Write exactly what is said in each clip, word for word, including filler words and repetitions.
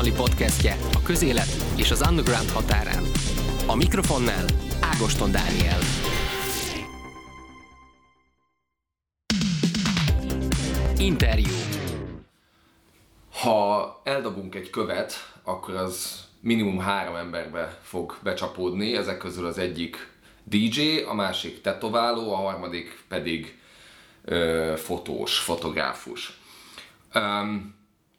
azonnali podcastje a közélet és az underground határán. A mikrofonnál Ágoston Dániel. Interjú. Ha eldobunk egy követ, akkor az minimum három emberbe fog becsapódni, ezek közül az egyik dé dzsé, a másik tetováló, a harmadik pedig ö, fotós, fotográfus. Um,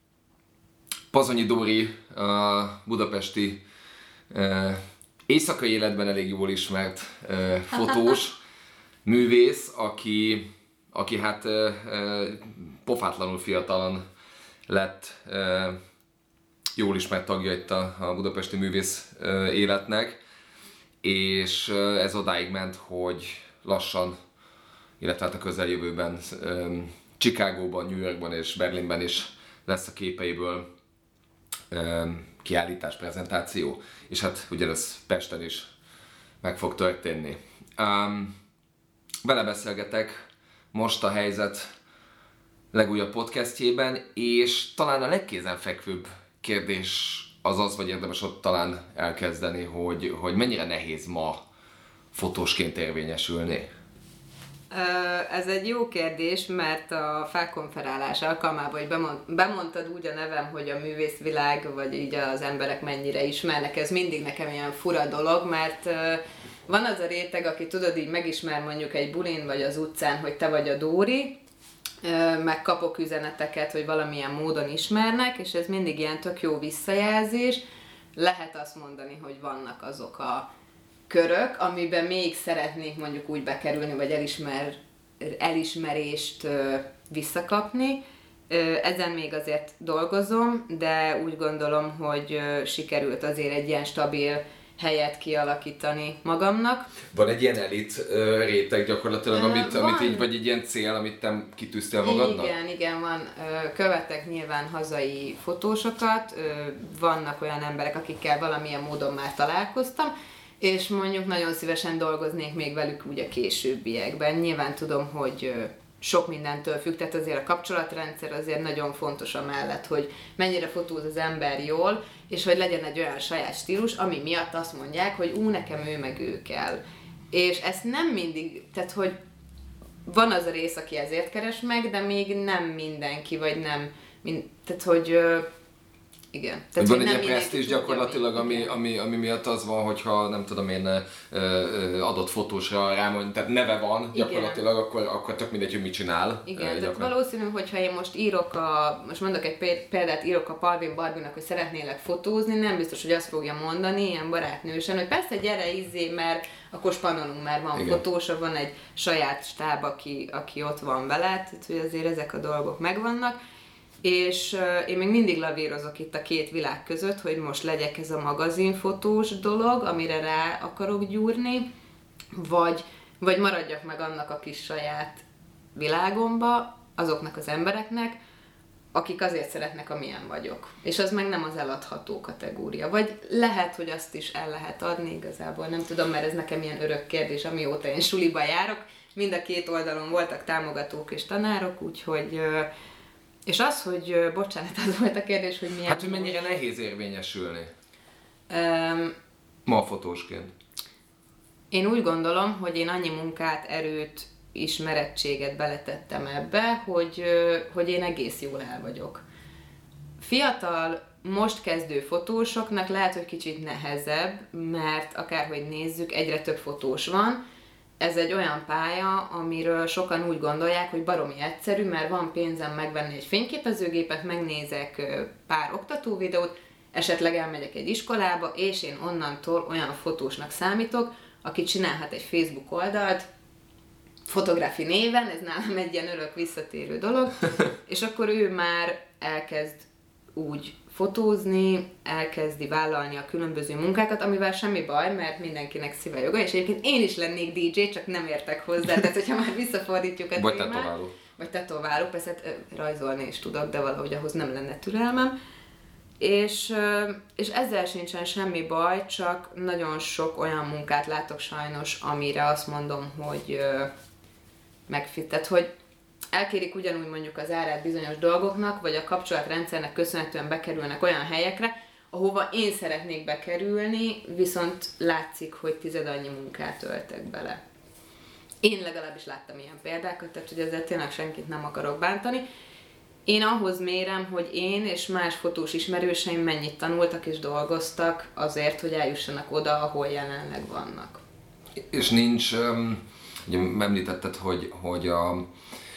Pazonyi Dóri, a budapesti ö, éjszakai életben elég jól ismert ö, fotós, művész, aki, aki hát ö, ö, pofátlanul fiatalon lett ö, jól ismert tagja itt a, a budapesti művész ö, életnek, és ö, ez odáig ment, hogy lassan, illetve hát a közeljövőben ö, Chicagóban, New Yorkban és Berlinben is lesz a képeiből ö, kiállítás, prezentáció, és hát ugyanez Pesten is meg fog történni. Um, vele beszélgetek most a helyzet legújabb podcastjében, és talán a legkézenfekvőbb kérdés az az, vagy érdemes ott talán elkezdeni, hogy, hogy mennyire nehéz ma fotósként érvényesülni? Ez egy jó kérdés, mert a felkonferálás alkalmában, hogy bemond, bemondtad úgy a nevem, hogy a művészvilág, vagy így az emberek mennyire ismernek, ez mindig nekem ilyen fura dolog, mert van az a réteg, aki tudod, így megismer mondjuk egy bulin vagy az utcán, hogy te vagy a Dóri, meg kapok üzeneteket, hogy valamilyen módon ismernek, és ez mindig ilyen tök jó visszajelzés. Lehet azt mondani, hogy vannak azok a körök, amiben még szeretnék mondjuk úgy bekerülni, vagy elismer, elismerést visszakapni. Ezen még azért dolgozom, de úgy gondolom, hogy sikerült azért egy ilyen stabil helyet kialakítani magamnak. Van egy ilyen elit uh, réteg gyakorlatilag, amit, amit így, vagy egy ilyen cél, amit te kitűztél magadnak? Igen, igen, van. Követek nyilván hazai fotósokat, vannak olyan emberek, akikkel valamilyen módon már találkoztam, és mondjuk nagyon szívesen dolgoznék még velük úgy a későbbiekben. Nyilván tudom, hogy sok mindentől függ, tehát azért a kapcsolatrendszer azért nagyon fontos amellett, hogy mennyire fotóz az ember jól, és hogy legyen egy olyan saját stílus, ami miatt azt mondják, hogy ú, nekem ő meg ő kell. És ezt nem mindig, tehát hogy van az a rész, aki ezért keres meg, de még nem mindenki, vagy nem, mind, tehát hogy igen. Tehát, van egy ilyen presztízs gyakorlatilag, ami, ami, ami miatt az van, hogyha nem tudom én adott fotósra rámond, tehát neve van gyakorlatilag, akkor, akkor tök mindegy, hogy mit csinál. Igen, tehát valószínű, hogyha én most írok a, most mondok egy példát, írok a Palvin Barbinak, hogy szeretnélek fotózni, nem biztos, hogy azt fogja mondani ilyen barátnősen, hogy persze gyere izzé, mert akkor spannolunk, mert van igen. Fotósa, van egy saját stáb, aki, aki ott van vele, tehát hogy azért ezek a dolgok megvannak. És uh, én még mindig lavírozok itt a két világ között, hogy most legyek ez a magazinfotós dolog, amire rá akarok gyúrni, vagy, vagy maradjak meg annak a kis saját világomba, azoknak az embereknek, akik azért szeretnek, amilyen vagyok. És az meg nem az eladható kategória. Vagy lehet, hogy azt is el lehet adni, igazából nem tudom, mert ez nekem ilyen örök kérdés, amióta én suliba járok. Mind a két oldalon voltak támogatók és tanárok, úgyhogy... Uh, És az, hogy, bocsánat, az volt a kérdés, hogy milyen... Hát, hogy mennyire nehéz érvényesülni um, ma fotósként? Én úgy gondolom, hogy én annyi munkát, erőt, ismerettséget beletettem ebbe, hogy, hogy én egész jól el vagyok. Fiatal, most kezdő fotósoknak lehet, hogy kicsit nehezebb, mert akárhogy nézzük, egyre több fotós van. Ez egy olyan pálya, amiről sokan úgy gondolják, hogy baromi egyszerű, mert van pénzem megvenni egy fényképezőgépet, megnézek pár oktatóvideót, esetleg elmegyek egy iskolába, és én onnantól olyan fotósnak számítok, aki csinálhat egy Facebook oldalt, Photography néven, ez nálam egy ilyen örök visszatérő dolog, és akkor ő már elkezd úgy fotózni, elkezdi vállalni a különböző munkákat, amivel semmi baj, mert mindenkinek szíve joga, és egyébként én is lennék dé dzsé, csak nem értek hozzá, tehát hogyha már visszafordítjuk a vagy témát. tetováló. Vagy tetováló, persze hát, rajzolni is tudok, de valahogy ahhoz nem lenne türelmem. És, és ezzel sincsen semmi baj, csak nagyon sok olyan munkát látok sajnos, amire azt mondom, hogy megfit, tehát hogy elkérik ugyanúgy mondjuk az árát bizonyos dolgoknak, vagy a kapcsolatrendszernek köszönhetően bekerülnek olyan helyekre, ahova én szeretnék bekerülni, viszont látszik, hogy tized annyi munkát öltek bele. Én legalábbis láttam ilyen példákat, tehát hogy ezzel tényleg senkit nem akarok bántani. Én ahhoz mérem, hogy én és más fotós ismerőseim mennyit tanultak és dolgoztak azért, hogy eljussanak oda, ahol jelenleg vannak. És nincs, ugye említetted, hogy, hogy a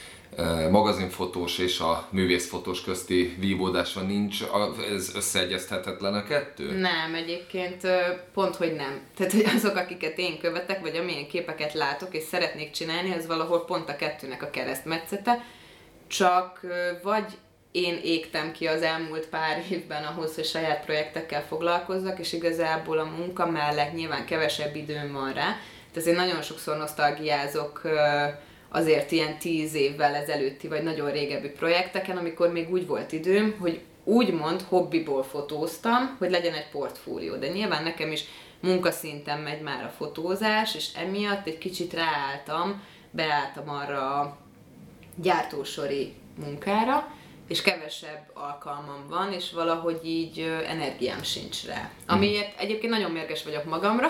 magazinfotós és a művészfotós közti vívódás van, nincs, ez összeegyeztethetetlen a kettő? Nem, egyébként pont, hogy nem. Tehát, hogy azok, akiket én követek, vagy amilyen képeket látok és szeretnék csinálni, az valahol pont a kettőnek a keresztmetszete, csak vagy én égtem ki az elmúlt pár évben ahhoz, hogy saját projektekkel foglalkozzak, és igazából a munka mellett nyilván kevesebb időm van rá. Tehát én nagyon sokszor nosztalgiázok azért ilyen tíz évvel ezelőtti, vagy nagyon régebbi projekteken, amikor még úgy volt időm, hogy úgymond hobbiból fotóztam, hogy legyen egy portfólió. De nyilván nekem is munkaszinten megy már a fotózás, és emiatt egy kicsit ráálltam, beálltam arra a gyártósori munkára, és kevesebb alkalmam van, és valahogy így energiám sincs rá. Amiért egyébként nagyon mérges vagyok magamra,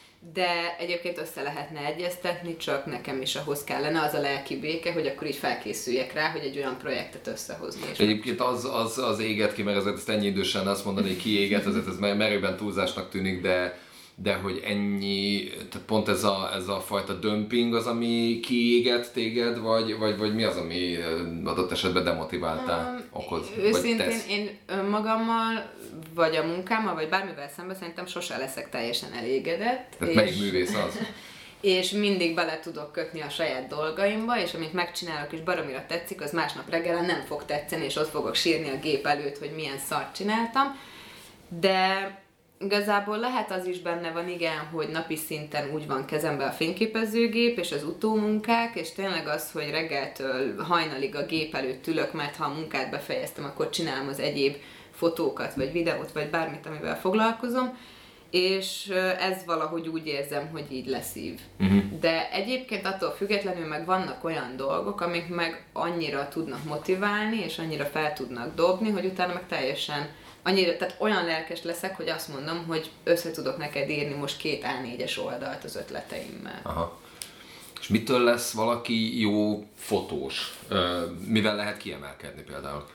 de egyébként össze lehetne egyeztetni, csak nekem is ahhoz kellene az a lelki béke, hogy akkor így felkészüljek rá, hogy egy olyan projektet összehozni. És egyébként az, az, az éget ki, mert ezért ezt ennyi idősen azt mondani, hogy ki éget, azért ez merőben túlzásnak tűnik, de, de hogy ennyi, tehát pont ez a, ez a fajta dömping az, ami kiéget téged, vagy, vagy, vagy mi az, ami adott esetben demotiváltál, um, okoz, őszintén vagy tesz? Én önmagammal, vagy a munkámmal, vagy bármivel szemben szerintem sose leszek teljesen elégedett. Tehát melyik művész az? És mindig bele tudok kötni a saját dolgaimba, és amit megcsinálok és baromira tetszik, az másnap reggel nem fog tetszeni, és ott fogok sírni a gép előtt, hogy milyen szart csináltam. De igazából lehet az is benne van, igen, hogy napi szinten úgy van kezemben a fényképezőgép és az utómunkák, és tényleg az, hogy reggeltől hajnalig a gép előtt ülök, mert ha a munkát befejeztem, akkor csinálom az egyéb fotókat, vagy videót, vagy bármit, amivel foglalkozom, és ez valahogy úgy érzem, hogy így leszív. Uh-huh. De egyébként attól függetlenül meg vannak olyan dolgok, amik meg annyira tudnak motiválni, és annyira fel tudnak dobni, hogy utána meg teljesen annyira, tehát olyan lelkes leszek, hogy azt mondom, hogy össze tudok neked írni most két á négyes oldalt az ötleteimmel. Aha. És mitől lesz valaki jó fotós? Mivel lehet kiemelkedni például?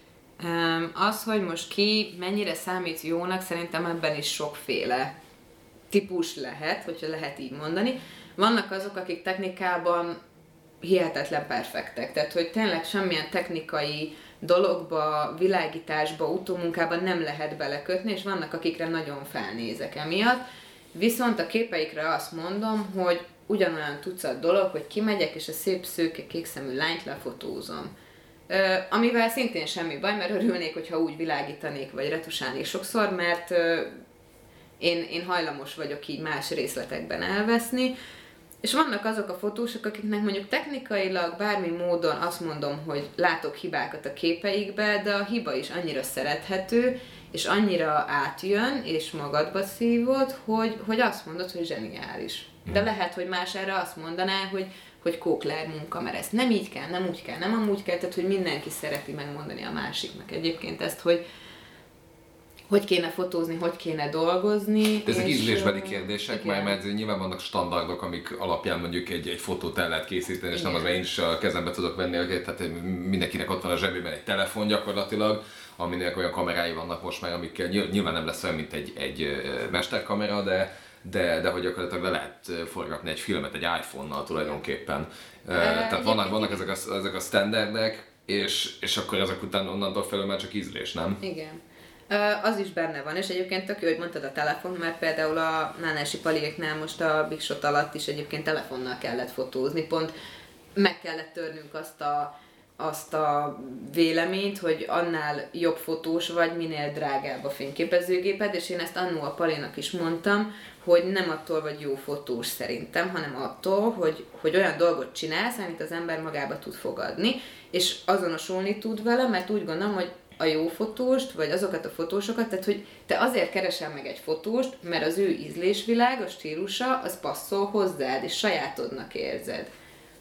Az, hogy most ki mennyire számít jónak, szerintem ebben is sokféle típus lehet, hogyha lehet így mondani. Vannak azok, akik technikában hihetetlen perfektek, tehát hogy tényleg semmilyen technikai dologba, világításba, utómunkában nem lehet belekötni, és vannak, akikre nagyon felnézek emiatt. Viszont a képeikre azt mondom, hogy ugyanolyan tucat dolog, hogy kimegyek, és a szép szőke kékszemű lányt lefotózom. Uh, amivel szintén semmi baj, mert örülnék, hogyha úgy világítanék, vagy retusálnék sokszor, mert uh, én, én hajlamos vagyok így más részletekben elveszni, és vannak azok a fotósok, akiknek mondjuk technikailag bármi módon azt mondom, hogy látok hibákat a képeikbe, de a hiba is annyira szerethető, és annyira átjön, és magadba szívod, hogy, hogy azt mondod, hogy zseniális. De lehet, hogy más erre azt mondaná, hogy hogy kókler munka, mert ezt nem így kell, nem úgy kell, nem amúgy kell, tehát hogy mindenki szereti megmondani a másiknak egyébként ezt, hogy hogy kéne fotózni, hogy kéne dolgozni. Ezek ízlésbeli kérdések, mert, mert nyilván vannak standardok, amik alapján mondjuk egy, egy fotót el lehet készíteni, és igen. Nem az, mert én is a kezembe tudok venni, hogy tehát mindenkinek ott van a zsebében egy telefon gyakorlatilag, aminek olyan kamerái vannak most már, amikkel nyilván nem lesz olyan, mint egy, egy mesterkamera, de De, de hogy gyakorlatilag le lehet forgatni egy filmet egy iPhone-nal tulajdonképpen. E, Tehát vannak, vannak ezek, a, ezek a standardek, és, és akkor ezek után onnantól felül már csak ízlés, nem? Igen. Az is benne van, és egyébként tök jó, hogy mondtad a telefon, mert például a Nánási Paliéknál most a Big Shot alatt is egyébként telefonnal kellett fotózni, pont meg kellett törnünk azt a azt a véleményt, hogy annál jobb fotós vagy, minél drágább a fényképezőgéped, és én ezt annó a Palinak is mondtam, hogy nem attól vagy jó fotós szerintem, hanem attól, hogy, hogy olyan dolgot csinálsz, amit az ember magába tud fogadni, és azonosulni tud vele, mert úgy gondolom, hogy a jó fotóst, vagy azokat a fotósokat, tehát hogy te azért keresel meg egy fotóst, mert az ő ízlésvilág, a stílusa, az passzol hozzád, és sajátodnak érzed.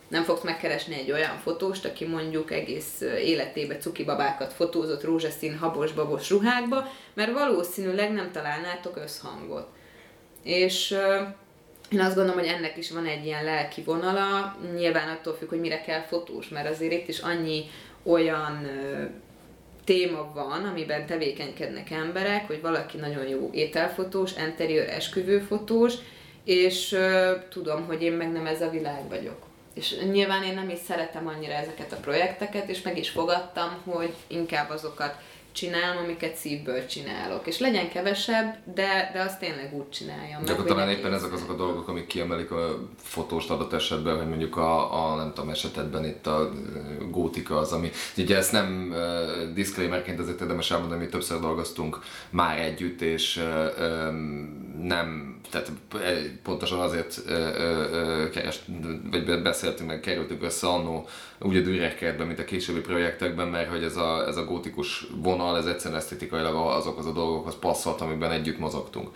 Nem fogsz megkeresni egy olyan fotóst, aki mondjuk egész életében cuki babákat fotózott rózsaszín habos-babos ruhákba, mert valószínűleg nem találnátok összhangot. És én azt gondolom, hogy ennek is van egy ilyen lelki vonala, nyilván attól függ, hogy mire kell fotós, mert azért itt is annyi olyan téma van, amiben tevékenykednek emberek, hogy valaki nagyon jó ételfotós, interiőr esküvőfotós, és uh, tudom, hogy én meg nem ez a világ vagyok. És nyilván én nem is szeretem annyira ezeket a projekteket, és meg is fogadtam, hogy inkább azokat csinálom, amiket szívből csinálok. És legyen kevesebb, de, de azt tényleg úgy csináljam. De akkor talán éppen ezek azok a dolgok, amik kiemelik a fotóst adott esetben, hogy mondjuk a, a nem tudom, esetedben itt a gótika az, ami... Ugye ezt nem uh, disclaimerként azért érdemes elmondani, mi többször dolgoztunk már együtt, és uh, um, nem, tehát pontosan azért uh, uh, keres, vagy beszéltünk, meg kerültünk össze annó úgy a Dürerkertben, mint a későbbi projektekben, mert hogy ez a, ez a gótikus vonal, ez egyszerűen esztetikailag azokhoz a dolgokhoz passzolt, amiben együtt mozogtunk.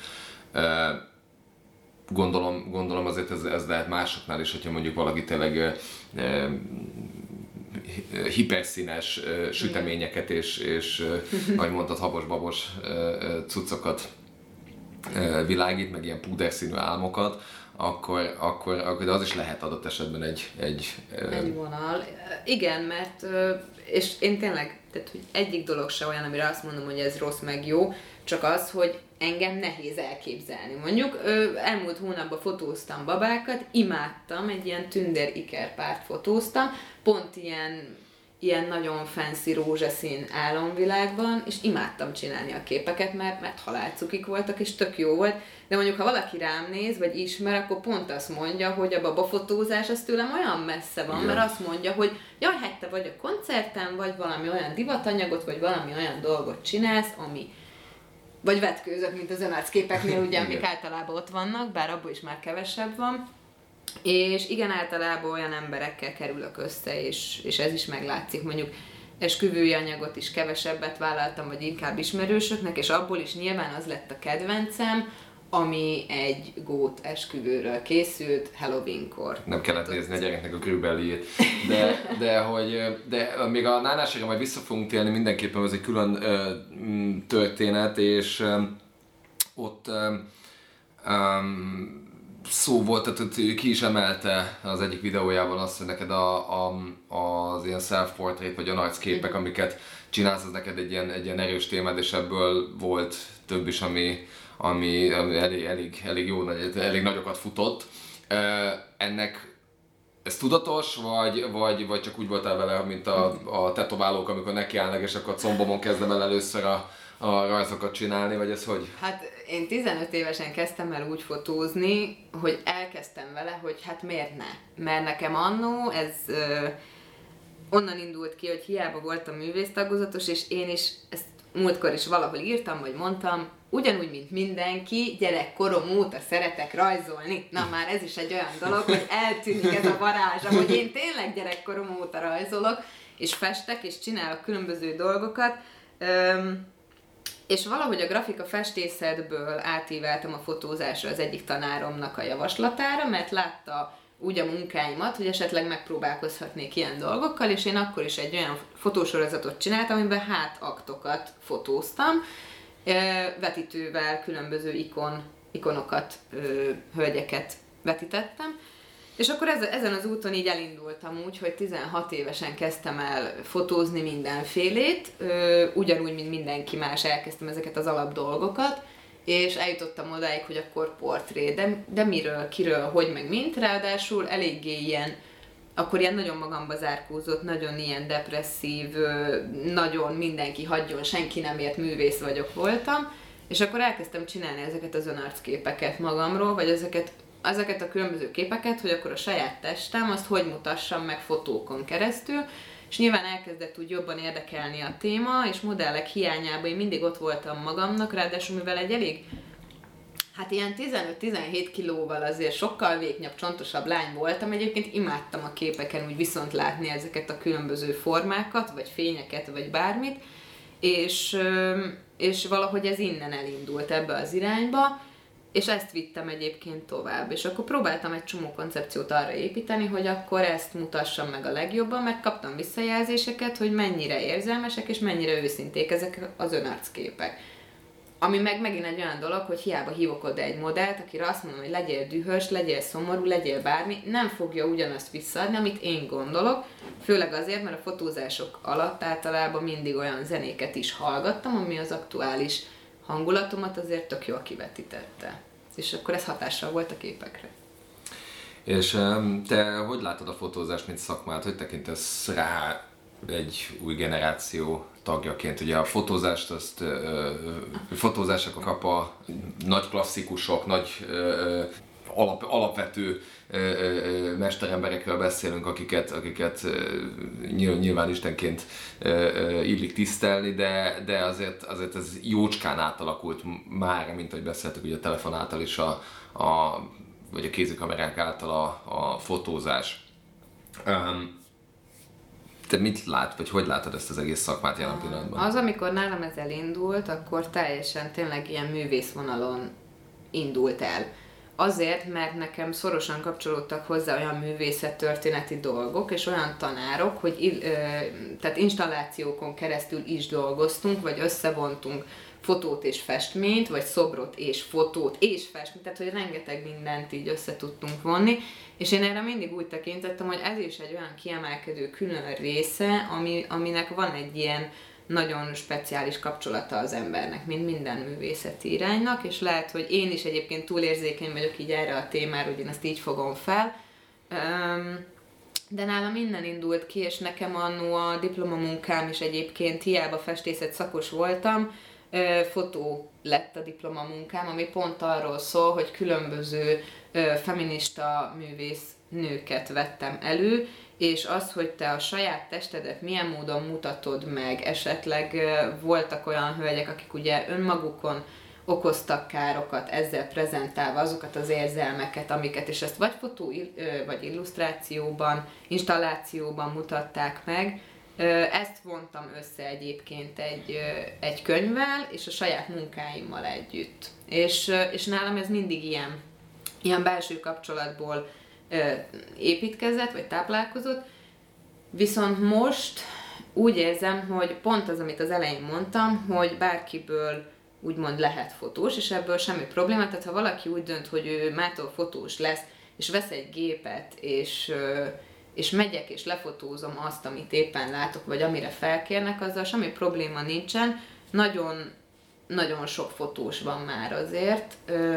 Gondolom, gondolom azért ez, ez lehet másoknál is, hogyha mondjuk valaki tényleg e, e, hiperszínes e, süteményeket és, és ahogy mondtad, habos-babos e, cuccokat e, világít, meg ilyen púderszínű álmokat, akkor, akkor, akkor az is lehet adott esetben egy... Egy, egy vonal. Igen, mert és én tényleg, tehát hogy egyik dolog se olyan, amire azt mondom, hogy ez rossz meg jó, csak az, hogy engem nehéz elképzelni. Mondjuk elmúlt hónapban fotóztam babákat, imádtam, egy ilyen tündér ikerpárt fotóztam, pont ilyen ilyen nagyon fancy rózsaszín álomvilágban, és imádtam csinálni a képeket, mert, mert halálcukik voltak, és tök jó volt. De mondjuk, ha valaki rám néz, vagy ismer, akkor pont azt mondja, hogy a babafotózás az tőlem olyan messze van, igen. Mert azt mondja, hogy jaj, hát te vagy a koncerten, vagy valami olyan divatanyagot, vagy valami olyan dolgot csinálsz, ami vagy vetkőzök, mint az önarcképeknél, ugye, amik általában ott vannak, bár abból is már kevesebb van. És igen, általában olyan emberekkel kerülök össze, és, és ez is meglátszik. Mondjuk esküvői anyagot is kevesebbet vállaltam, vagy inkább ismerősöknek, és abból is nyilván az lett a kedvencem, ami egy gót esküvőről készült Halloweenkor. Nem kellett nézni a gyereknek a körülbelüljét, de, de, hogy, de még a nánására majd vissza fogunk térni, mindenképpen ez egy külön uh, történet, és um, ott um, um, szó volt, tehát ki is emelte az egyik videójában azt, hogy neked a, a, az ilyen self-portrait vagy önarcképek, amiket csinálsz, az neked egy ilyen, egy ilyen erős témád, és ebből volt több is, ami, ami, ami elég, elég, elég jó, elég nagyokat futott. Ennek ez tudatos, vagy, vagy, vagy csak úgy voltál vele, mint a, a tetoválók, amikor nekiállnak, és akkor a combomon kezdem el először a, a rajzokat csinálni, vagy ez hogy? Hát én tizenöt évesen kezdtem el úgy fotózni, hogy elkezdtem vele, hogy hát miért ne? Mert nekem annó ez ö, onnan indult ki, hogy hiába voltam művésztagozatos, és én is ezt múltkor is valahol írtam, vagy mondtam, ugyanúgy, mint mindenki, gyerekkorom óta szeretek rajzolni. Na már ez is egy olyan dolog, hogy eltűnik ez a varázsa, hogy én tényleg gyerekkorom óta rajzolok, és festek, és csinálok különböző dolgokat. Öm, És valahogy a grafika festészetből átíveltem a fotózásra az egyik tanáromnak a javaslatára, mert látta úgy a munkáimat, hogy esetleg megpróbálkozhatnék ilyen dolgokkal, és én akkor is egy olyan fotósorozatot csináltam, amiben hátaktokat fotóztam, vetítővel különböző ikon, ikonokat, hölgyeket vetítettem. És akkor ezen az úton így elindultam úgy, hogy tizenhat évesen kezdtem el fotózni mindenfélét, ugyanúgy, mint mindenki más elkezdtem ezeket az alapdolgokat, és eljutottam odáig, hogy akkor portré, de, de miről, kiről, hogy meg mint, ráadásul eléggé ilyen, akkor ilyen nagyon magamba zárkózott, nagyon ilyen depresszív, nagyon mindenki hagyjon, senki nem ért, művész vagyok voltam, és akkor elkezdtem csinálni ezeket az önarcképeket magamról, vagy ezeket ezeket a különböző képeket, hogy akkor a saját testem, azt hogy mutassam meg fotókon keresztül, és nyilván elkezdett úgy jobban érdekelni a téma, és modellek hiányában én mindig ott voltam magamnak, ráadásul mivel egy elég, hát ilyen tizenöt-tizenhét kilóval azért sokkal vékonyabb, csontosabb lány voltam, egyébként imádtam a képeken úgy viszont látni ezeket a különböző formákat, vagy fényeket, vagy bármit, és, és valahogy ez innen elindult ebbe az irányba. és ezt vittem egyébként tovább. És akkor próbáltam egy csomó koncepciót arra építeni, hogy akkor ezt mutassam meg a legjobban, mert kaptam visszajelzéseket, hogy mennyire érzelmesek és mennyire őszinték ezek az önarcképek. Ami meg megint egy olyan dolog, hogy hiába hívok oda egy modellt, akire azt mondom, hogy legyél dühös, legyél szomorú, legyél bármi, nem fogja ugyanazt visszaadni, amit én gondolok, főleg azért, mert a fotózások alatt általában mindig olyan zenéket is hallgattam, ami az aktuális hangulatomat azért tök jól kivetítette. És akkor ez hatással volt a képekre. És te hogy látod a fotózást, mint szakmát? Hogy tekintesz rá egy új generáció tagjaként? Ugye a fotózást, azt ö, ö, fotózásokon kap a nagy klasszikusok, nagy ö, alap, alapvető ö, ö, mesteremberekről beszélünk, akiket, akiket ö, nyilván istenként ö, ö, illik tisztelni, de, de azért, azért ez jócskán átalakult már, mint ahogy beszéltük, ugye a telefon által is, a, a, vagy a kézikamerák által a, a fotózás. Um, Te mit lát, vagy hogy látod ezt az egész szakmát jelen pillanatban? Az, amikor nálam ez elindult, akkor teljesen tényleg ilyen művészvonalon indult el. Azért, mert nekem szorosan kapcsolódtak hozzá olyan művészettörténeti dolgok, és olyan tanárok, hogy ö, tehát installációkon keresztül is dolgoztunk, vagy összevontunk fotót és festményt, vagy szobrot és fotót és festményt, tehát hogy rengeteg mindent így össze tudtunk vonni, és én erre mindig úgy tekintettem, hogy ez is egy olyan kiemelkedő külön része, ami, aminek van egy ilyen nagyon speciális kapcsolata az embernek, mint minden művészeti iránynak, és lehet, hogy én is egyébként túlérzékeny vagyok így erre a témára, hogy én ezt így fogom fel, de nálam innen indult ki, és nekem annó a diplomamunkám is egyébként, hiába festészet szakos voltam, fotó lett a diplomamunkám, ami pont arról szól, hogy különböző feminista művész nőket vettem elő, és az, hogy te a saját testedet milyen módon mutatod meg, esetleg voltak olyan hölgyek, akik ugye önmagukon okoztak károkat, ezzel prezentálva azokat az érzelmeket, amiket, és ezt vagy fotó, vagy illusztrációban, installációban mutatták meg. Ezt vontam össze egyébként egy, egy könyvvel, és a saját munkáimmal együtt. És, és nálam ez mindig ilyen, ilyen belső kapcsolatból építkezett, vagy táplálkozott. Viszont most úgy érzem, hogy pont az, amit az elején mondtam, hogy bárkiből úgymond lehet fotós, és ebből semmi probléma. Tehát ha valaki úgy dönt, hogy ő mától fotós lesz, és vesz egy gépet, és, és megyek, és lefotózom azt, amit éppen látok, vagy amire felkérnek, azzal semmi probléma nincsen. Nagyon, nagyon sok fotós van már azért,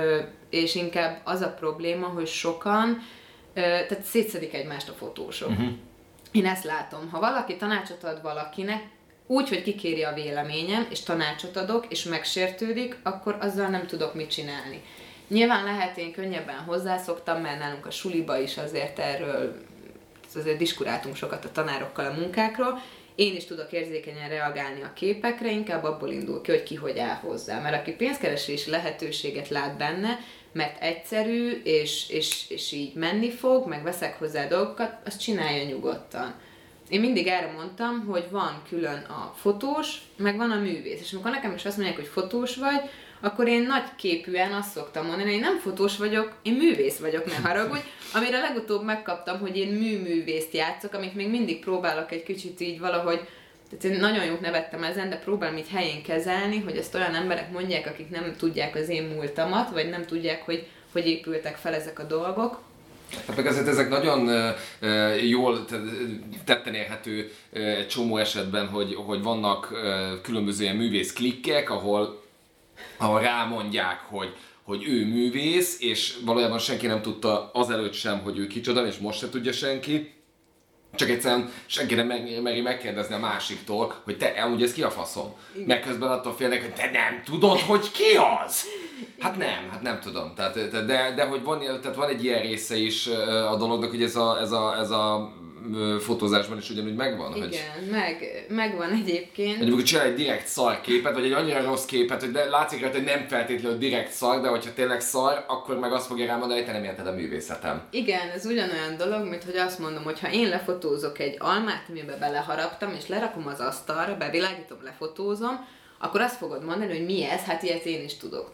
és inkább az a probléma, hogy sokan, tehát szétszedik egymást a fotósok. Uh-huh. Én ezt látom. Ha valaki tanácsot ad valakinek, úgy, hogy kikéri a véleményem, és tanácsot adok, és megsértődik, akkor azzal nem tudok mit csinálni. Nyilván lehet, én könnyebben hozzászoktam, mert nálunk a suliba is azért erről, azért diskuráltunk sokat a tanárokkal a munkákról, én is tudok érzékenyen reagálni a képekre, inkább abból indul ki, hogy ki hogy áll hozzá. Mert aki pénzkeresési lehetőséget lát benne, mert egyszerű, és, és, és így menni fog, meg veszek hozzá dolgokat, azt csinálja nyugodtan. Én mindig erre mondtam, hogy van külön a fotós, meg van a művész. És amikor nekem is azt mondják, hogy fotós vagy, akkor én nagy képűen azt szoktam mondani, hogy én nem fotós vagyok, én művész vagyok, ne haragudj. Amire legutóbb megkaptam, hogy én műművészt játszok, amit még mindig próbálok egy kicsit így valahogy, tehát én nagyon jót nevettem ezen, de próbálom így helyén kezelni, hogy ezt olyan emberek mondják, akik nem tudják az én múltamat, vagy nem tudják, hogy hogy épültek fel ezek a dolgok. Hát meg azért ezek nagyon uh, jól tetten érhető egy csomó esetben, hogy, hogy vannak uh, különböző ilyen művész klikkek, ahol, ahol rámondják, hogy, hogy ő művész, és valójában senki nem tudta azelőtt sem, hogy ő kicsoda, és most se tudja senki. Csak egyszerűen senki nem meri megkérdezni a másiktól, hogy te, amúgy ez ki a faszom? Meg közben attól félnek, hogy te nem tudod, hogy ki az? Hát nem, hát nem tudom. Tehát, de, de hogy van, tehát van egy ilyen része is a dolognak, hogy ez a, ez a, ez a fotózásban is ugyanúgy megvan. Igen, hogy, meg, megvan egyébként. Hogy amikor csinál egy direkt szar képet, vagy egy annyira rossz képet, hogy de látszik rá, hogy nem feltétlenül direkt szar, de hogyha tényleg szar, akkor meg azt fogja rá mondani, hogy te nem érted a művészetem. Igen, ez ugyanolyan dolog, mint hogy azt mondom, hogy ha én lefotózok egy almát, amiben beleharaptam, és lerakom az asztalra, bevilágítom, lefotózom, akkor azt fogod mondani, hogy mi ez, hát ilyet én is tudok.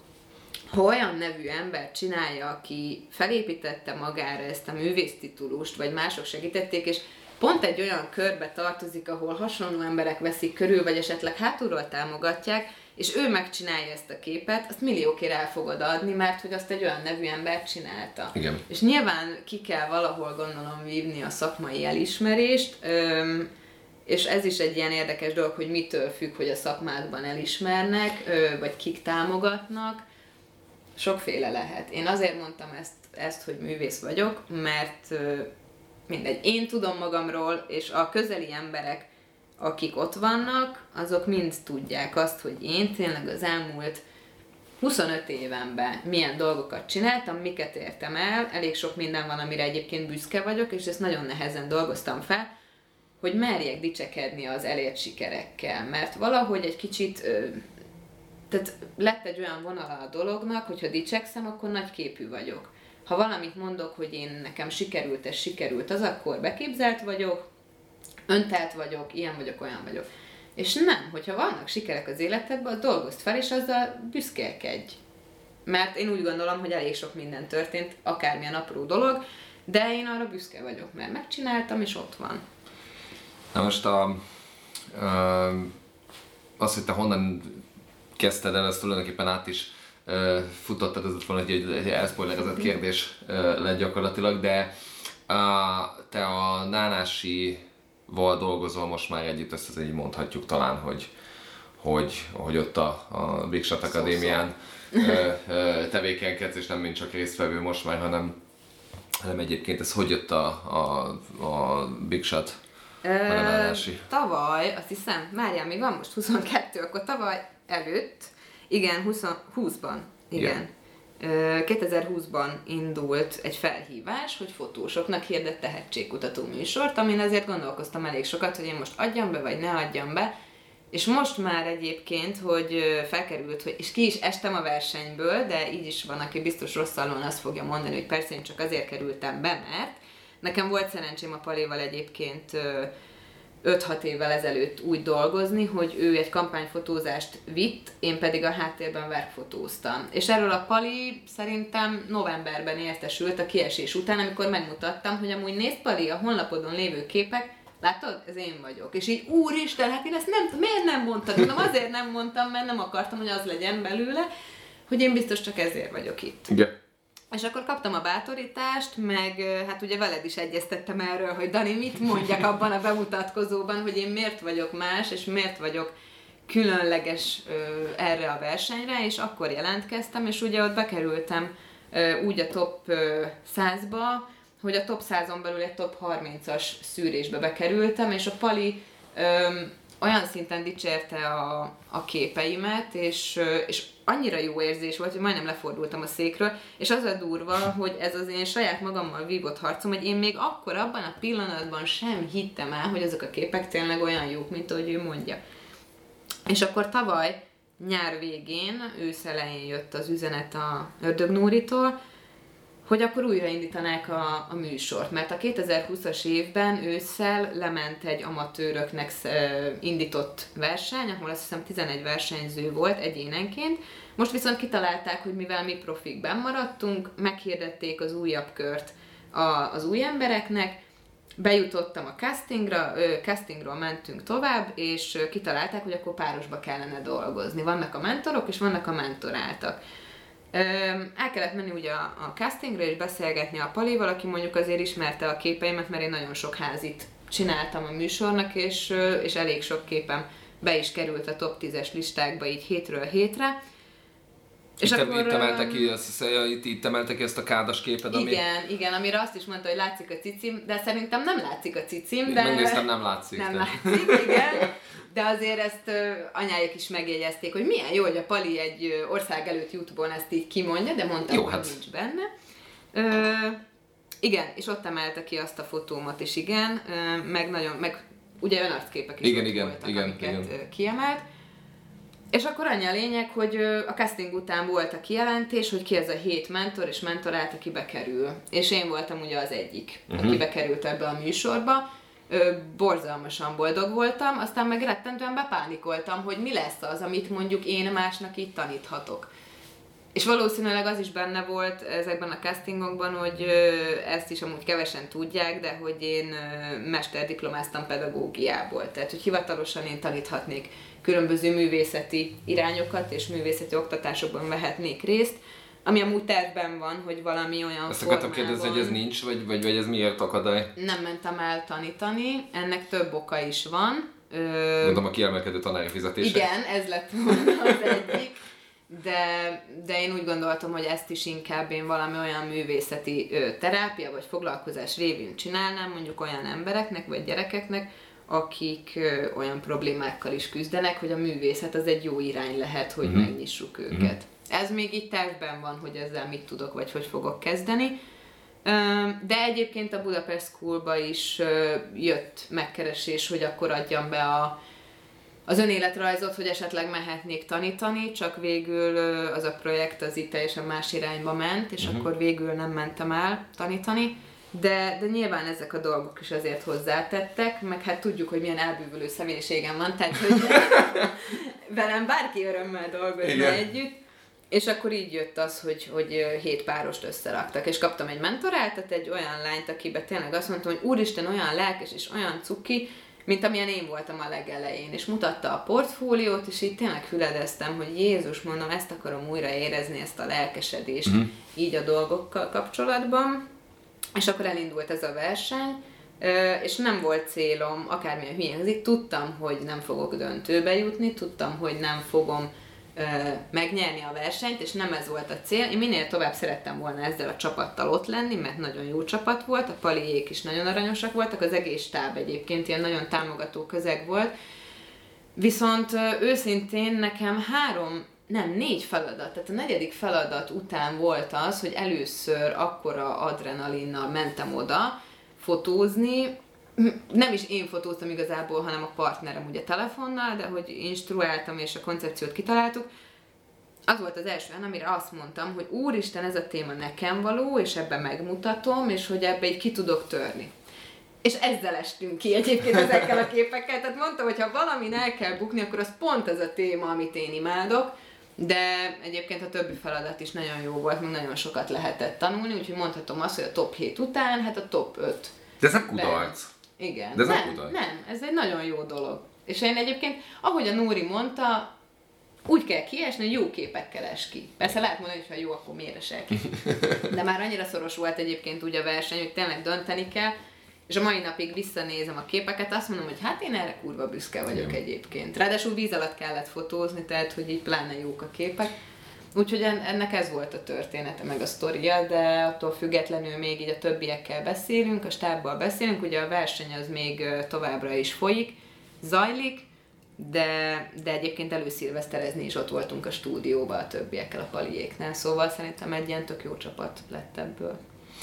ha olyan nevű ember csinálja, aki felépítette magára ezt a művésztitulust, vagy mások segítették, és pont egy olyan körbe tartozik, ahol hasonló emberek veszik körül, vagy esetleg hátulról támogatják, és ő megcsinálja ezt a képet, azt milliókért el fogod adni, mert hogy azt egy olyan nevű ember csinálta. Igen. És nyilván ki kell valahol, gondolom, vívni a szakmai elismerést, öm, és ez is egy ilyen érdekes dolog, hogy mitől függ, hogy a szakmádban elismernek, ö, vagy kik támogatnak. Sokféle lehet. Én azért mondtam ezt, ezt hogy művész vagyok, mert ö, mindegy, én tudom magamról, és a közeli emberek, akik ott vannak, azok mind tudják azt, hogy én tényleg az elmúlt huszonöt évenben milyen dolgokat csináltam, miket értem el, elég sok minden van, amire egyébként büszke vagyok, és ezt nagyon nehezen dolgoztam fel, hogy merjek dicsekedni az elért sikerekkel, mert valahogy egy kicsit, ö, tehát lett egy olyan vonala a dolognak, hogyha dicsekszem, akkor nagyképű vagyok. Ha valamit mondok, hogy én nekem sikerült, ez sikerült, az akkor beképzelt vagyok, öntelt vagyok, ilyen vagyok, olyan vagyok. És nem, hogyha vannak sikerek az életedben, dolgozd fel, és azzal büszkélkedj. Mert én úgy gondolom, hogy elég sok minden történt, akármilyen apró dolog, de én arra büszke vagyok, mert megcsináltam, és ott van. Na most a, a, az, hogy te honnan kezdted el, ezt tulajdonképpen át is uh, futottad, ez volna egy, egy elszpoilerezett kérdés uh, lett gyakorlatilag, de uh, te a Nánásival dolgozol most már együtt, ezt így mondhatjuk talán, hogy, hogy, hogy ott a, a Big Shot Akadémián uh, uh, tevékenykedsz, és nem mint csak résztvevő most már, hanem, hanem egyébként ez hogy jött a, a, a Big Shot? Ö, tavaly, azt hiszem, Mária, még van most huszonkettő, akkor tavaly előtt, igen, húszban, igen. igen. kétezer-húszban indult egy felhívás, hogy fotósoknak hirdet tehetségkutató műsort, amin azért gondolkoztam elég sokat, hogy én most adjam be, vagy ne adjam be, és most már egyébként, hogy felkerült, hogy, és ki is estem a versenyből, de így is van, aki biztos rosszallóan azt fogja mondani, hogy persze én csak azért kerültem be, mert nekem volt szerencsém a Paléval egyébként öt-hat évvel ezelőtt úgy dolgozni, hogy ő egy kampányfotózást vitt, én pedig a háttérben verkfotóztam. És erről a Pali szerintem novemberben értesült a kiesés után, amikor megmutattam, hogy amúgy nézd Pali, a honlapodon lévő képek, látod? Ez én vagyok. És így, úristen, hát én ezt nem tudom, miért nem mondtad? Mondom, azért nem mondtam, mert nem akartam, hogy az legyen belőle, hogy én biztos csak ezért vagyok itt. Igen. És akkor kaptam a bátorítást, meg hát ugye veled is egyeztettem erről, hogy Dani, mit mondjak abban a bemutatkozóban, hogy én miért vagyok más, és miért vagyok különleges ö, erre a versenyre, és akkor jelentkeztem, és ugye ott bekerültem ö, úgy a top ö, százba, hogy a top százon belül egy top harmincas szűrésbe bekerültem, és a Pali ö, olyan szinten dicsérte a, a képeimet, és, és annyira jó érzés volt, hogy majdnem lefordultam a székről, és az a durva, hogy ez az én saját magammal vívott harcom, hogy én még akkor abban a pillanatban sem hittem el, hogy azok a képek tényleg olyan jók, mint ahogy ő mondja. És akkor tavaly nyár végén, ősz elején jött az üzenet a Ördög Nóritól, hogy akkor újraindítanák a, a műsort, mert a kétezer-húszas évben ősszel lement egy amatőröknek indított verseny, ahol azt hiszem tizenegy versenyző volt egyénenként. Most viszont kitalálták, hogy mivel mi profik benn maradtunk, meghirdették az újabb kört a, az új embereknek, bejutottam a castingra, ö, castingról mentünk tovább, és kitalálták, hogy akkor párosba kellene dolgozni. Vannak a mentorok, és vannak a mentoráltak. El kellett menni ugye a, a castingra és beszélgetni a Palival, aki mondjuk azért ismerte a képeimet, mert én nagyon sok házit csináltam a műsornak, és, és elég sok képem be is került a top tízes listákba így hétről hétre. És itt, akkor, itt, emelte ki, azt, itt, itt emelte ki ezt a kádas képed, ami... Igen, igen, amire azt is mondta, hogy látszik a cicim, de szerintem nem látszik a cicim, de... Megnéztem, nem látszik. Nem de. látszik, igen. De azért ezt ö, anyáik is megjegyezték, hogy milyen jó, hogy a Pali egy ö, ország előtt jutból ezt így kimondja, de mondtam, jó, hogy hát. nincs benne. Ö, igen, és ott emelte ki azt a fotómat is, igen, ö, meg nagyon, meg ugye önarcképek is igen, igen, voltak, igen, amiket igen. Ö, kiemelt. És akkor annyi a lényeg, hogy ö, a casting után volt a kijelentés, hogy ki ez a hét mentor és mentorát, aki bekerül. És én voltam ugye az egyik, uh-huh. aki bekerült ebbe a műsorba. Ö, borzalmasan boldog voltam, aztán meg rettentően bepánikoltam, hogy mi lesz az, amit mondjuk én másnak itt taníthatok. És valószínűleg az is benne volt ezekben a castingokban, hogy ezt is amúgy kevesen tudják, de hogy én mesterdiplomáztam pedagógiából. Tehát, hogy hivatalosan én taníthatnék különböző művészeti irányokat, és művészeti oktatásokban vehetnék részt, ami amúgy tervben van, hogy valami olyan Ezt akartam kérdezni, hogy ez nincs, vagy, vagy, vagy ez miért akadály? Nem mentem el tanítani, ennek több oka is van. Mondom, a kiemelkedő tanári fizetése. Igen, ez lett volna az egyik. De, de én úgy gondoltam, hogy ezt is inkább én valami olyan művészeti ö, terápia vagy foglalkozás révén csinálnám, mondjuk olyan embereknek vagy gyerekeknek, akik ö, olyan problémákkal is küzdenek, hogy a művészet az egy jó irány lehet, hogy mm-hmm. megnyissuk őket. Mm-hmm. Ez még itt tervben van, hogy ezzel mit tudok, vagy hogy fogok kezdeni. De egyébként a Budapest Schoolba is jött megkeresés, hogy akkor adjam be a az önéletrajzot, hogy esetleg mehetnék tanítani, csak végül az a projekt az itt teljesen más irányba ment, és uh-huh. akkor végül nem mentem el tanítani, de, de nyilván ezek a dolgok is azért hozzátettek, meg hát tudjuk, hogy milyen elbűvölő személyiségem van, tehát hogy velem bárki örömmel dolgozna együtt, és akkor így jött az, hogy, hogy hét párost összeraktak, és kaptam egy mentoráltat, egy olyan lányt, akiben tényleg azt mondtam, hogy úristen, olyan lelkes és olyan cuki, mint amilyen én voltam a legelején, és mutatta a portfóliót, és így tényleg hüledeztem, hogy Jézus, mondom, ezt akarom újra érezni, ezt a lelkesedést mm-hmm. így a dolgokkal kapcsolatban, és akkor elindult ez a verseny, és nem volt célom, akármilyen hülyén hangzik, tudtam, hogy nem fogok döntőbe jutni, tudtam, hogy nem fogom megnyerni a versenyt, és nem ez volt a cél. Én minél tovább szerettem volna ezzel a csapattal ott lenni, mert nagyon jó csapat volt, a Paliék is nagyon aranyosak voltak, az egész stáb egyébként ilyen nagyon támogató közeg volt. Viszont őszintén nekem három, nem, négy feladat, tehát a negyedik feladat után volt az, hogy először akkora adrenalinnal mentem oda fotózni. Nem is én fotóztam igazából, hanem a partnerem ugye telefonnal, de hogy instruáltam és a koncepciót kitaláltuk. Az volt az első, amire azt mondtam, hogy úristen, ez a téma nekem való, és ebben megmutatom, és hogy ebbe így ki tudok törni. És ezzel estünk ki egyébként ezekkel a képekkel, tehát mondtam, hogy ha valamin el kell bukni, akkor az pont ez a téma, amit én imádok, de egyébként a többi feladat is nagyon jó volt, meg nagyon sokat lehetett tanulni, úgyhogy mondhatom azt, hogy a top hét után, hát a top öt. De ez nem kudarc. Igen. De ez nem, nem, nem, ez egy nagyon jó dolog. És én egyébként, ahogy a Nóri mondta, úgy kell kiesni, hogy jó képekkel es ki. Persze lehet mondani, hogy ha jó, akkor miért esel ki. De már annyira szoros volt egyébként úgy a verseny, hogy tényleg dönteni kell, és a mai napig visszanézem a képeket, azt mondom, hogy hát én erre kurva büszke vagyok Igen. egyébként. Ráadásul víz alatt kellett fotózni, tehát hogy így pláne jók a képek. Úgyhogy ennek ez volt a története, meg a sztoria, de attól függetlenül még így a többiekkel beszélünk, a stábbal beszélünk, ugye a verseny az még továbbra is folyik, zajlik, de, de egyébként előszilveszterezni is ott voltunk a stúdióban a többiekkel, a Paliéknál, szóval szerintem egy ilyen tök jó csapat lett ebből.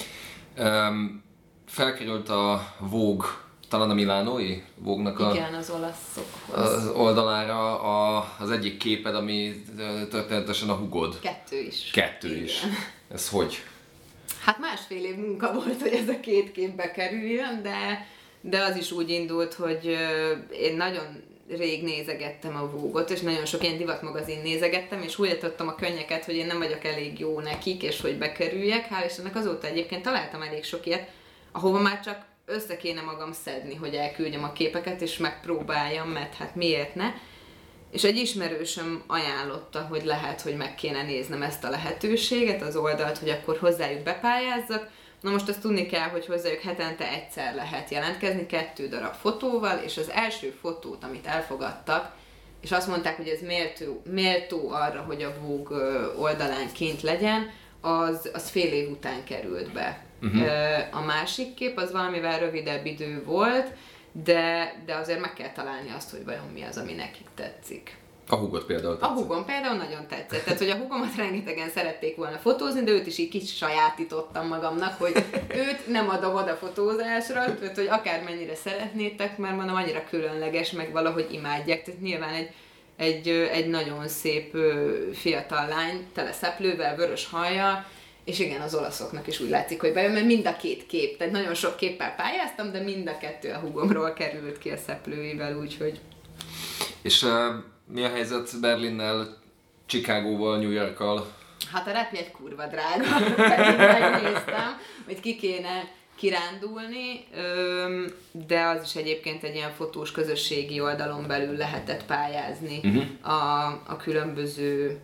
Um, felkerült a Vogue, talán a milánói Vogue-nak a, Igen, az olaszokhoz. Az oldalára a, az egyik képed, ami történetesen a hugod. Kettő is. Kettő Igen. is. Ez hogy? Hát másfél év munka volt, hogy ez a két kép bekerüljön, de, de az is úgy indult, hogy én nagyon rég nézegettem a Vogue-ot, és nagyon sok ilyen divatmagazin nézegettem, és úgy adtam a könnyeket, hogy én nem vagyok elég jó nekik, és hogy bekerüljek. Hál' Istennek azóta egyébként találtam elég sok ilyet, ahova már csak össze kéne magam szedni, hogy elküldjem a képeket, és megpróbáljam, mert hát miért ne. És egy ismerősöm ajánlotta, hogy lehet, hogy meg kéne néznem ezt a lehetőséget, az oldalt, hogy akkor hozzájuk bepályázzak. Na most azt tudni kell, hogy hozzájuk hetente egyszer lehet jelentkezni, kettő darab fotóval, és az első fotót, amit elfogadtak, és azt mondták, hogy ez méltó, méltó arra, hogy a Vogue oldalán kint legyen, az, az fél év után került be. Uh-huh. A másik kép az valamivel rövidebb idő volt, de, de azért meg kell találni azt, hogy vajon mi az, ami nekik tetszik. A húgot például tetszett. A húgom például nagyon tetszett. Tehát, hogy a húgomat rengetegen szerették volna fotózni, de őt is így kis sajátítottam magamnak, hogy őt nem adom oda fotózásra, tehát, hogy akármennyire szeretnétek, mert mondom, annyira különleges, meg valahogy imádják. Tehát nyilván egy, egy, egy nagyon szép fiatal lány, tele szeplővel, vörös hajjal, és igen, az olaszoknak is úgy látszik, hogy bejön, mert mind a két kép, tehát nagyon sok képpel pályáztam, de mind a kettő a húgomról került ki a szeplőivel, úgyhogy... És uh, mi a helyzet Berlinnel, Chicagóval, New Yorkkal? Hát a repjegy kurva drága, pedig megnéztem, hogy ki kéne kirándulni, de az is egyébként egy ilyen fotós közösségi oldalon belül lehetett pályázni uh-huh. a, a különböző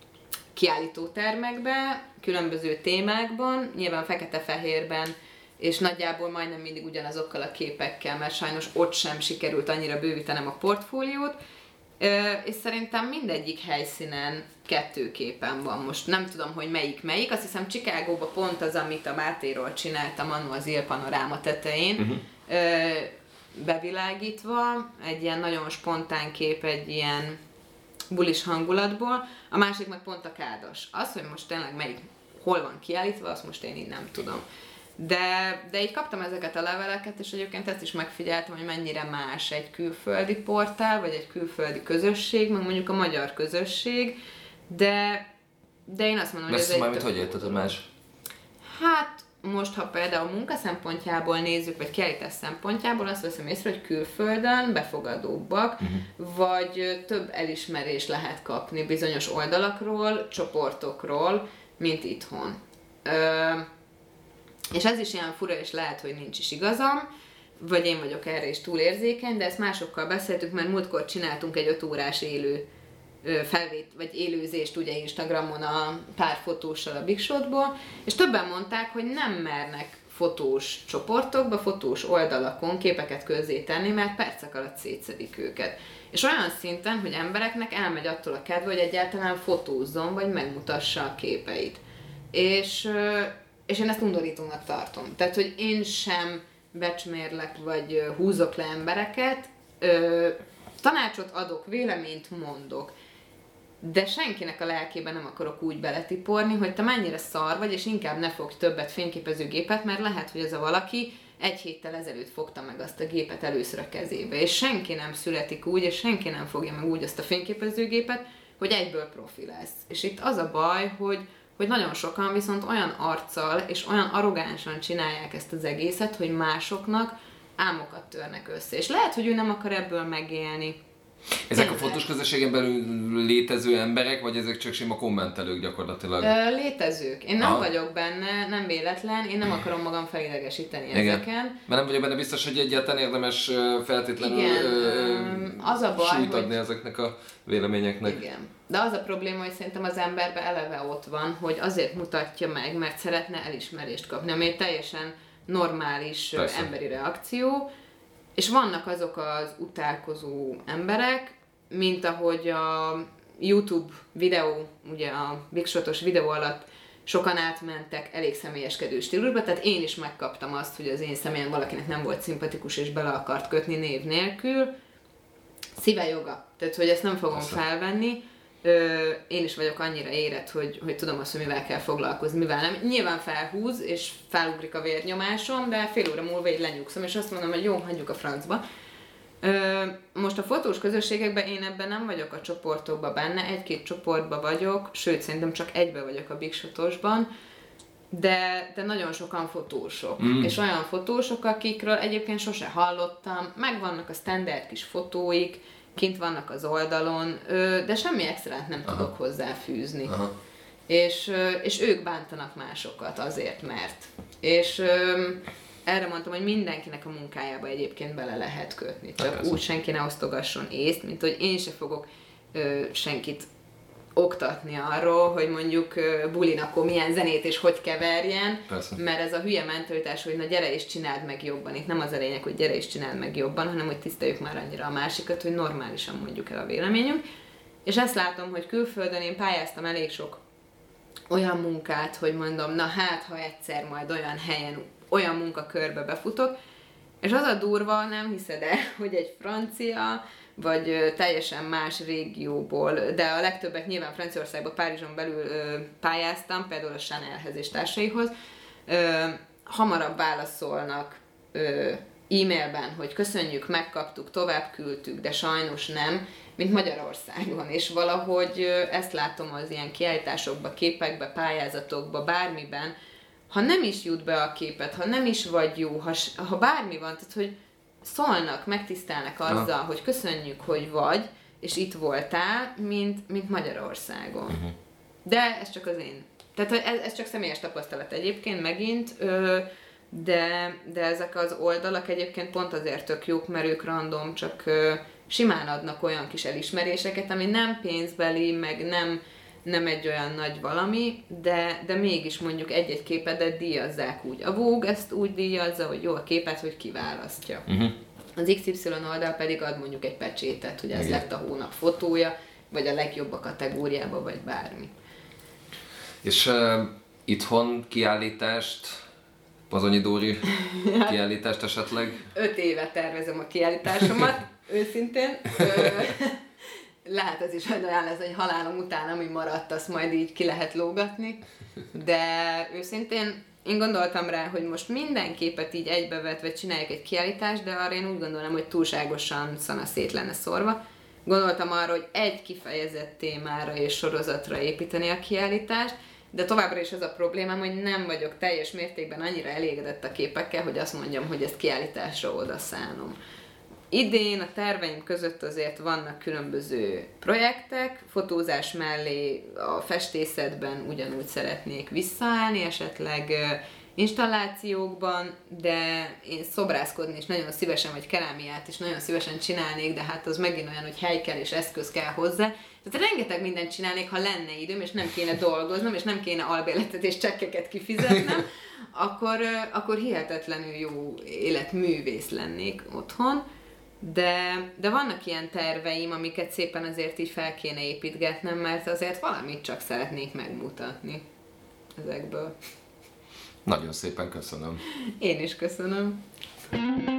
kiállítótermekbe, különböző témákban, nyilván fekete-fehérben, és nagyjából majdnem mindig ugyanazokkal a képekkel, mert sajnos ott sem sikerült annyira bővítenem a portfóliót, és szerintem mindegyik helyszínen kettő képen van. Most nem tudom, hogy melyik melyik, azt hiszem Chicagóban pont az, amit a Mátéról csináltam annó az élpanoráma tetején, uh-huh. bevilágítva, egy ilyen nagyon spontán kép, egy ilyen bulis hangulatból, a másik meg pont a kádas. Az, hogy most tényleg melyik, hol van kiállítva, azt most én így nem tudom. De, de így kaptam ezeket a leveleket, és egyébként ezt is megfigyeltem, hogy mennyire más egy külföldi portál, vagy egy külföldi közösség, meg mondjuk a magyar közösség, de, de én azt mondom, hogy ez egy... Mármint hogy érted, hogy más? Hát most, ha például munka szempontjából nézzük, vagy kiállítás szempontjából, azt veszem észre, hogy külföldön befogadóbbak, uh-huh. vagy több elismerést lehet kapni bizonyos oldalakról, csoportokról, mint itthon. Ö- És ez is ilyen fura, és lehet, hogy nincs is igazam, vagy én vagyok erre is túlérzékeny, de ezt másokkal beszéltük, mert múltkor csináltunk egy öt órás élő felvét, vagy élőzést ugye Instagramon a pár fotóssal a Big Shotból, és többen mondták, hogy nem mernek fotós csoportokba, fotós oldalakon képeket közzétenni, mert percek alatt szétszedik őket. És olyan szinten, hogy embereknek elmegy attól a kedve, hogy egyáltalán fotózzon, vagy megmutassa a képeit. És... És én ezt undorítónak tartom. Tehát, hogy én sem becsmérlek, vagy húzok le embereket, ö, tanácsot adok, véleményt mondok, de senkinek a lelkében nem akarok úgy beletiporni, hogy te mennyire szar vagy, és inkább ne fogj többet fényképezőgépet, mert lehet, hogy ez a valaki egy héttel ezelőtt fogta meg azt a gépet először a kezébe, és senki nem születik úgy, és senki nem fogja meg úgy azt a fényképezőgépet, hogy egyből profi lesz. És itt az a baj, hogy hogy nagyon sokan viszont olyan arccal és olyan arrogánsan csinálják ezt az egészet, hogy másoknak álmokat törnek össze. És lehet, hogy ő nem akar ebből megélni. Ezek a fotós közösségen belül létező emberek, vagy ezek csak sima kommentelők gyakorlatilag? Létezők. Én nem Aha. vagyok benne, nem véletlen, én nem akarom magam felidegesíteni Igen. ezeken. Mert nem vagyok benne biztos, hogy egyáltalán érdemes feltétlenül Igen. Ö, az a baj, súlyt adni hogy... ezeknek a véleményeknek. Igen. De az a probléma, hogy szerintem az emberben eleve ott van, hogy azért mutatja meg, mert szeretne elismerést kapni, ami egy teljesen normális Persze. emberi reakció. És vannak azok az utálkozó emberek, mint ahogy a YouTube videó, ugye a Big Shotos videó alatt sokan átmentek elég személyeskedő stílusba, tehát én is megkaptam azt, hogy az én személyem valakinek nem volt szimpatikus és bele akart kötni név nélkül. Szíve joga, tehát hogy ezt nem fogom Persze. felvenni. Ö, én is vagyok annyira érett, hogy, hogy tudom azt, hogy mivel kell foglalkozni, mivel nem. Nyilván felhúz, és felugrik a vérnyomásom, de fél óra múlva így lenyugszom, és azt mondom, hogy jó, hagyjuk a francba. Ö, most a fotós közösségekben én ebben nem vagyok a csoportokban benne, egy-két csoportban vagyok, sőt, szerintem csak egybe vagyok a Big Shotosban, de, de nagyon sokan fotósok. Mm. És olyan fotósok, akikről egyébként sose hallottam, megvannak a standard kis fotóik, kint vannak az oldalon, de semmi extrát nem Aha. tudok hozzáfűzni. Aha. És, és ők bántanak másokat azért, mert. És erre mondtam, hogy mindenkinek a munkájába egyébként bele lehet kötni. Csak Persze. úgy senki ne osztogasson észt, mint hogy én se fogok senkit oktatni arról, hogy mondjuk bulin akkor milyen zenét és hogy keverjen, Persze. mert ez a hülye mentalitás, hogy na gyere és csináld meg jobban. Itt nem az a lényeg, hogy gyere és csináld meg jobban, hanem hogy tiszteljük már annyira a másikat, hogy normálisan mondjuk el a véleményünk. És ezt látom, hogy külföldön én pályáztam elég sok olyan munkát, hogy mondom, na hát, ha egyszer majd olyan helyen, olyan munkakörbe befutok, és az a durva, nem hiszed el, hogy egy francia, vagy teljesen más régióból, de a legtöbbet nyilván Franciaországban, Párizson belül ö, pályáztam, például a Chanelhez és társaihoz, ö, hamarabb válaszolnak ö, e-mailben, hogy köszönjük, megkaptuk, tovább küldtük, de sajnos nem, mint Magyarországon, és valahogy ö, ezt látom az ilyen kiállításokba, képekbe, pályázatokba, bármiben, ha nem is jut be a képet, ha nem is vagy jó, ha, ha bármi van, tehát hogy szólnak, megtisztelnek azzal, ha. hogy köszönjük, hogy vagy, és itt voltál, mint, mint Magyarországon. Uh-huh. De ez csak az én. Tehát ez, ez csak személyes tapasztalat egyébként megint, ö, de, de ezek az oldalak egyébként pont azért tök jók, mert ők random, csak ö, simán adnak olyan kis elismeréseket, ami nem pénzbeli, meg nem, nem egy olyan nagy valami, de, de mégis mondjuk egy-egy képedet díjazzák úgy. A Vogue ezt úgy díjazza, hogy jó a képet, hogy kiválasztja. Uh-huh. Az iksz ipszilon oldal pedig ad mondjuk egy pecsétet, hogy ez lett a hónap fotója, vagy a legjobb a kategóriába, vagy bármi. És uh, itthon kiállítást, Pozsonyi Dóri kiállítást esetleg? Öt éve tervezem a kiállításomat, őszintén. Ö, lehet ez is olyan lesz, hogy halálom után, ami maradt, azt majd így ki lehet lógatni. De őszintén én gondoltam rá, hogy most minden képet így egybevetve csináljak egy kiállítást, de arra én úgy gondolom, hogy túlságosan szana szét lenne szórva. Gondoltam arra, hogy egy kifejezett témára és sorozatra építeni a kiállítást, de továbbra is az a problémám, hogy nem vagyok teljes mértékben annyira elégedett a képekkel, hogy azt mondjam, hogy ezt kiállításra odaszánom. Idén a terveim között azért vannak különböző projektek, fotózás mellé a festészetben ugyanúgy szeretnék visszaállni, esetleg installációkban, de én szobrászkodni is nagyon szívesen, vagy kerámiát is nagyon szívesen csinálnék, de hát az megint olyan, hogy hely kell és eszköz kell hozzá. Tehát rengeteg mindent csinálnék, ha lenne időm, és nem kéne dolgoznom, és nem kéne albérletet és csekkeket kifizetnem, akkor, akkor hihetetlenül jó életművész lennék otthon. De, de vannak ilyen terveim, amiket szépen azért így fel kéne építgetnem, mert azért valamit csak szeretnék megmutatni ezekből. Nagyon szépen köszönöm. Én is köszönöm.